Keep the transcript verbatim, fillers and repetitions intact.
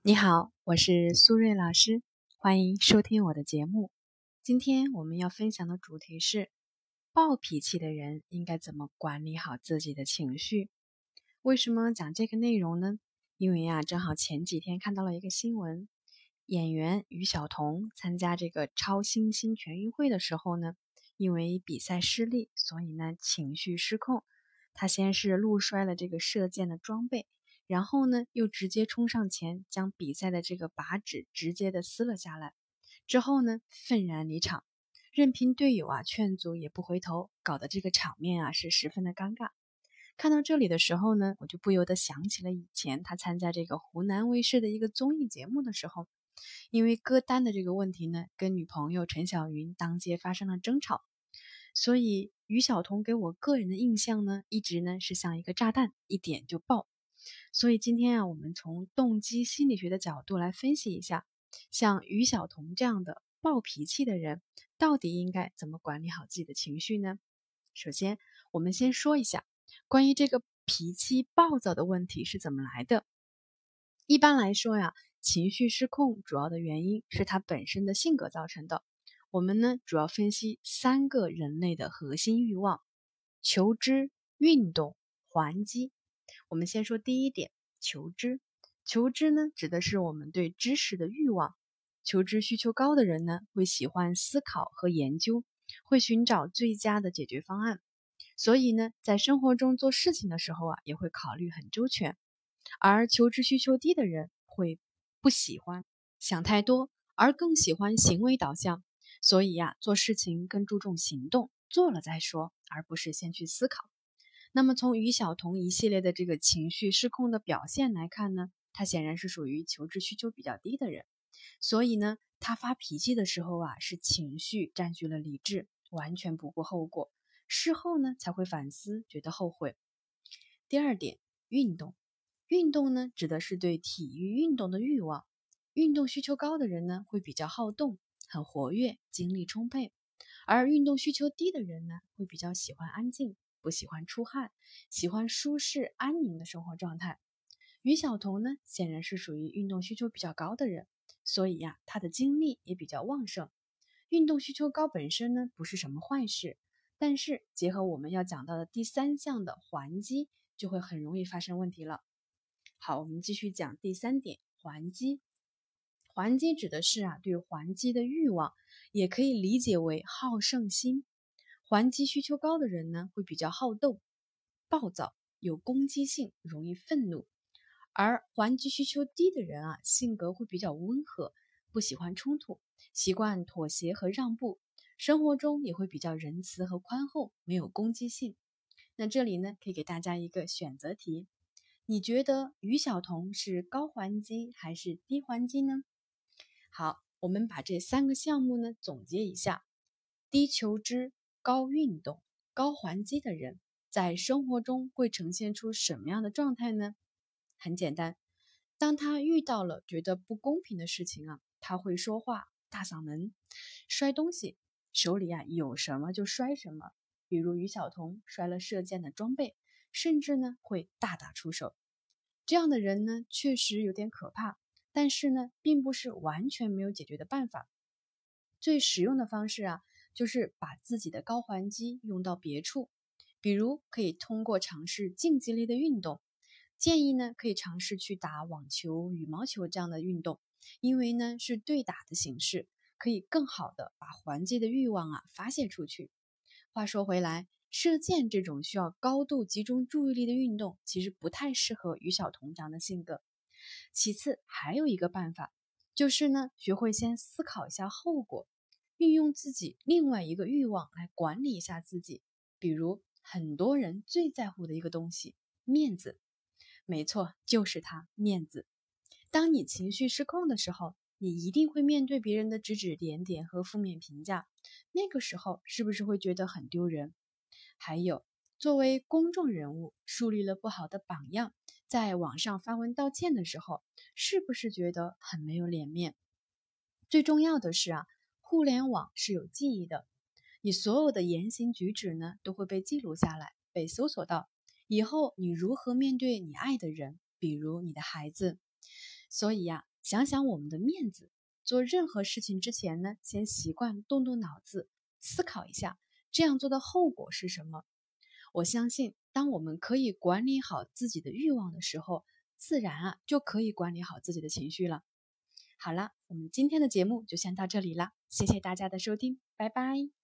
你好，我是苏瑞老师，欢迎收听我的节目。今天我们要分享的主题是暴脾气的人应该怎么管理好自己的情绪。为什么讲这个内容呢？因为啊，正好前几天看到了一个新闻，演员于晓彤参加这个超新星全运会的时候呢，因为比赛失利，所以呢情绪失控。他先是路摔了这个射箭的装备，然后呢，又直接冲上前，将比赛的这个靶纸直接的撕了下来。之后呢，愤然离场，任凭队友啊劝阻也不回头，搞得这个场面啊是十分的尴尬。看到这里的时候呢，我就不由得想起了以前他参加这个湖南卫视的一个综艺节目的时候，因为歌单的这个问题呢，跟女朋友陈小云当街发生了争吵。所以于晓彤给我个人的印象呢，一直呢是像一个炸弹，一点就爆。所以今天啊，我们从动机心理学的角度来分析一下，像于晓彤这样的暴脾气的人，到底应该怎么管理好自己的情绪呢？首先，我们先说一下关于这个脾气暴躁的问题是怎么来的。一般来说呀，情绪失控主要的原因是他本身的性格造成的。我们呢，主要分析三个人类的核心欲望：求知、运动、还击。我们先说第一点，求知。求知呢，指的是我们对知识的欲望。求知需求高的人呢，会喜欢思考和研究，会寻找最佳的解决方案。所以呢，在生活中做事情的时候啊，也会考虑很周全。而求知需求低的人会不喜欢想太多，而更喜欢行为导向。所以呀、啊，做事情更注重行动，做了再说，而不是先去思考。那么从于晓彤一系列的这个情绪失控的表现来看呢，他显然是属于求知需求比较低的人。所以呢，他发脾气的时候啊，是情绪占据了理智，完全不顾后果。事后呢，才会反思，觉得后悔。第二点，运动。运动呢，指的是对体育运动的欲望。运动需求高的人呢，会比较好动，很活跃，精力充沛；而运动需求低的人呢，会比较喜欢安静，不喜欢出汗，喜欢舒适安宁的生活状态。于晓彤呢，显然是属于运动需求比较高的人，所以呀、啊，他的精力也比较旺盛。运动需求高本身呢，不是什么坏事，但是结合我们要讲到的第三项的还击，就会很容易发生问题了。好，我们继续讲第三点，还击。还击指的是啊，对还击的欲望，也可以理解为好胜心。还击需求高的人呢，会比较好斗、暴躁、有攻击性，容易愤怒；而还击需求低的人啊，性格会比较温和，不喜欢冲突，习惯妥协和让步，生活中也会比较仁慈和宽厚，没有攻击性。那这里呢，可以给大家一个选择题。你觉得于晓彤是高还击还是低还击呢？好，我们把这三个项目呢总结一下：低求知、高运动、高还击的人，在生活中会呈现出什么样的状态呢？很简单，当他遇到了觉得不公平的事情啊，他会说话、大嗓门、摔东西，手里啊有什么就摔什么。比如于晓彤摔了射箭的装备，甚至呢会大打出手。这样的人呢，确实有点可怕，但是呢，并不是完全没有解决的办法。最实用的方式啊，就是把自己的高还击用到别处，比如可以通过尝试竞技类的运动，建议呢可以尝试去打网球、羽毛球这样的运动，因为呢是对打的形式，可以更好的把还击的欲望啊发泄出去。话说回来，射箭这种需要高度集中注意力的运动，其实不太适合于晓彤这样的性格。其次，还有一个办法，就是呢，学会先思考一下后果，运用自己另外一个欲望来管理一下自己。比如，很多人最在乎的一个东西——面子。没错，就是它，面子。当你情绪失控的时候，你一定会面对别人的指指点点和负面评价，那个时候是不是会觉得很丢人？还有，作为公众人物，树立了不好的榜样，在网上发文道歉的时候，是不是觉得很没有脸面？最重要的是啊，互联网是有记忆的，你所有的言行举止呢，都会被记录下来，被搜索到。以后你如何面对你爱的人，比如你的孩子？所以呀、啊， 想想我们的面子。做任何事情之前呢，先习惯动动脑子，思考一下这样做的后果是什么。我相信，当我们可以管理好自己的欲望的时候，自然啊就可以管理好自己的情绪了。好了，我们今天的节目就先到这里了，谢谢大家的收听，拜拜。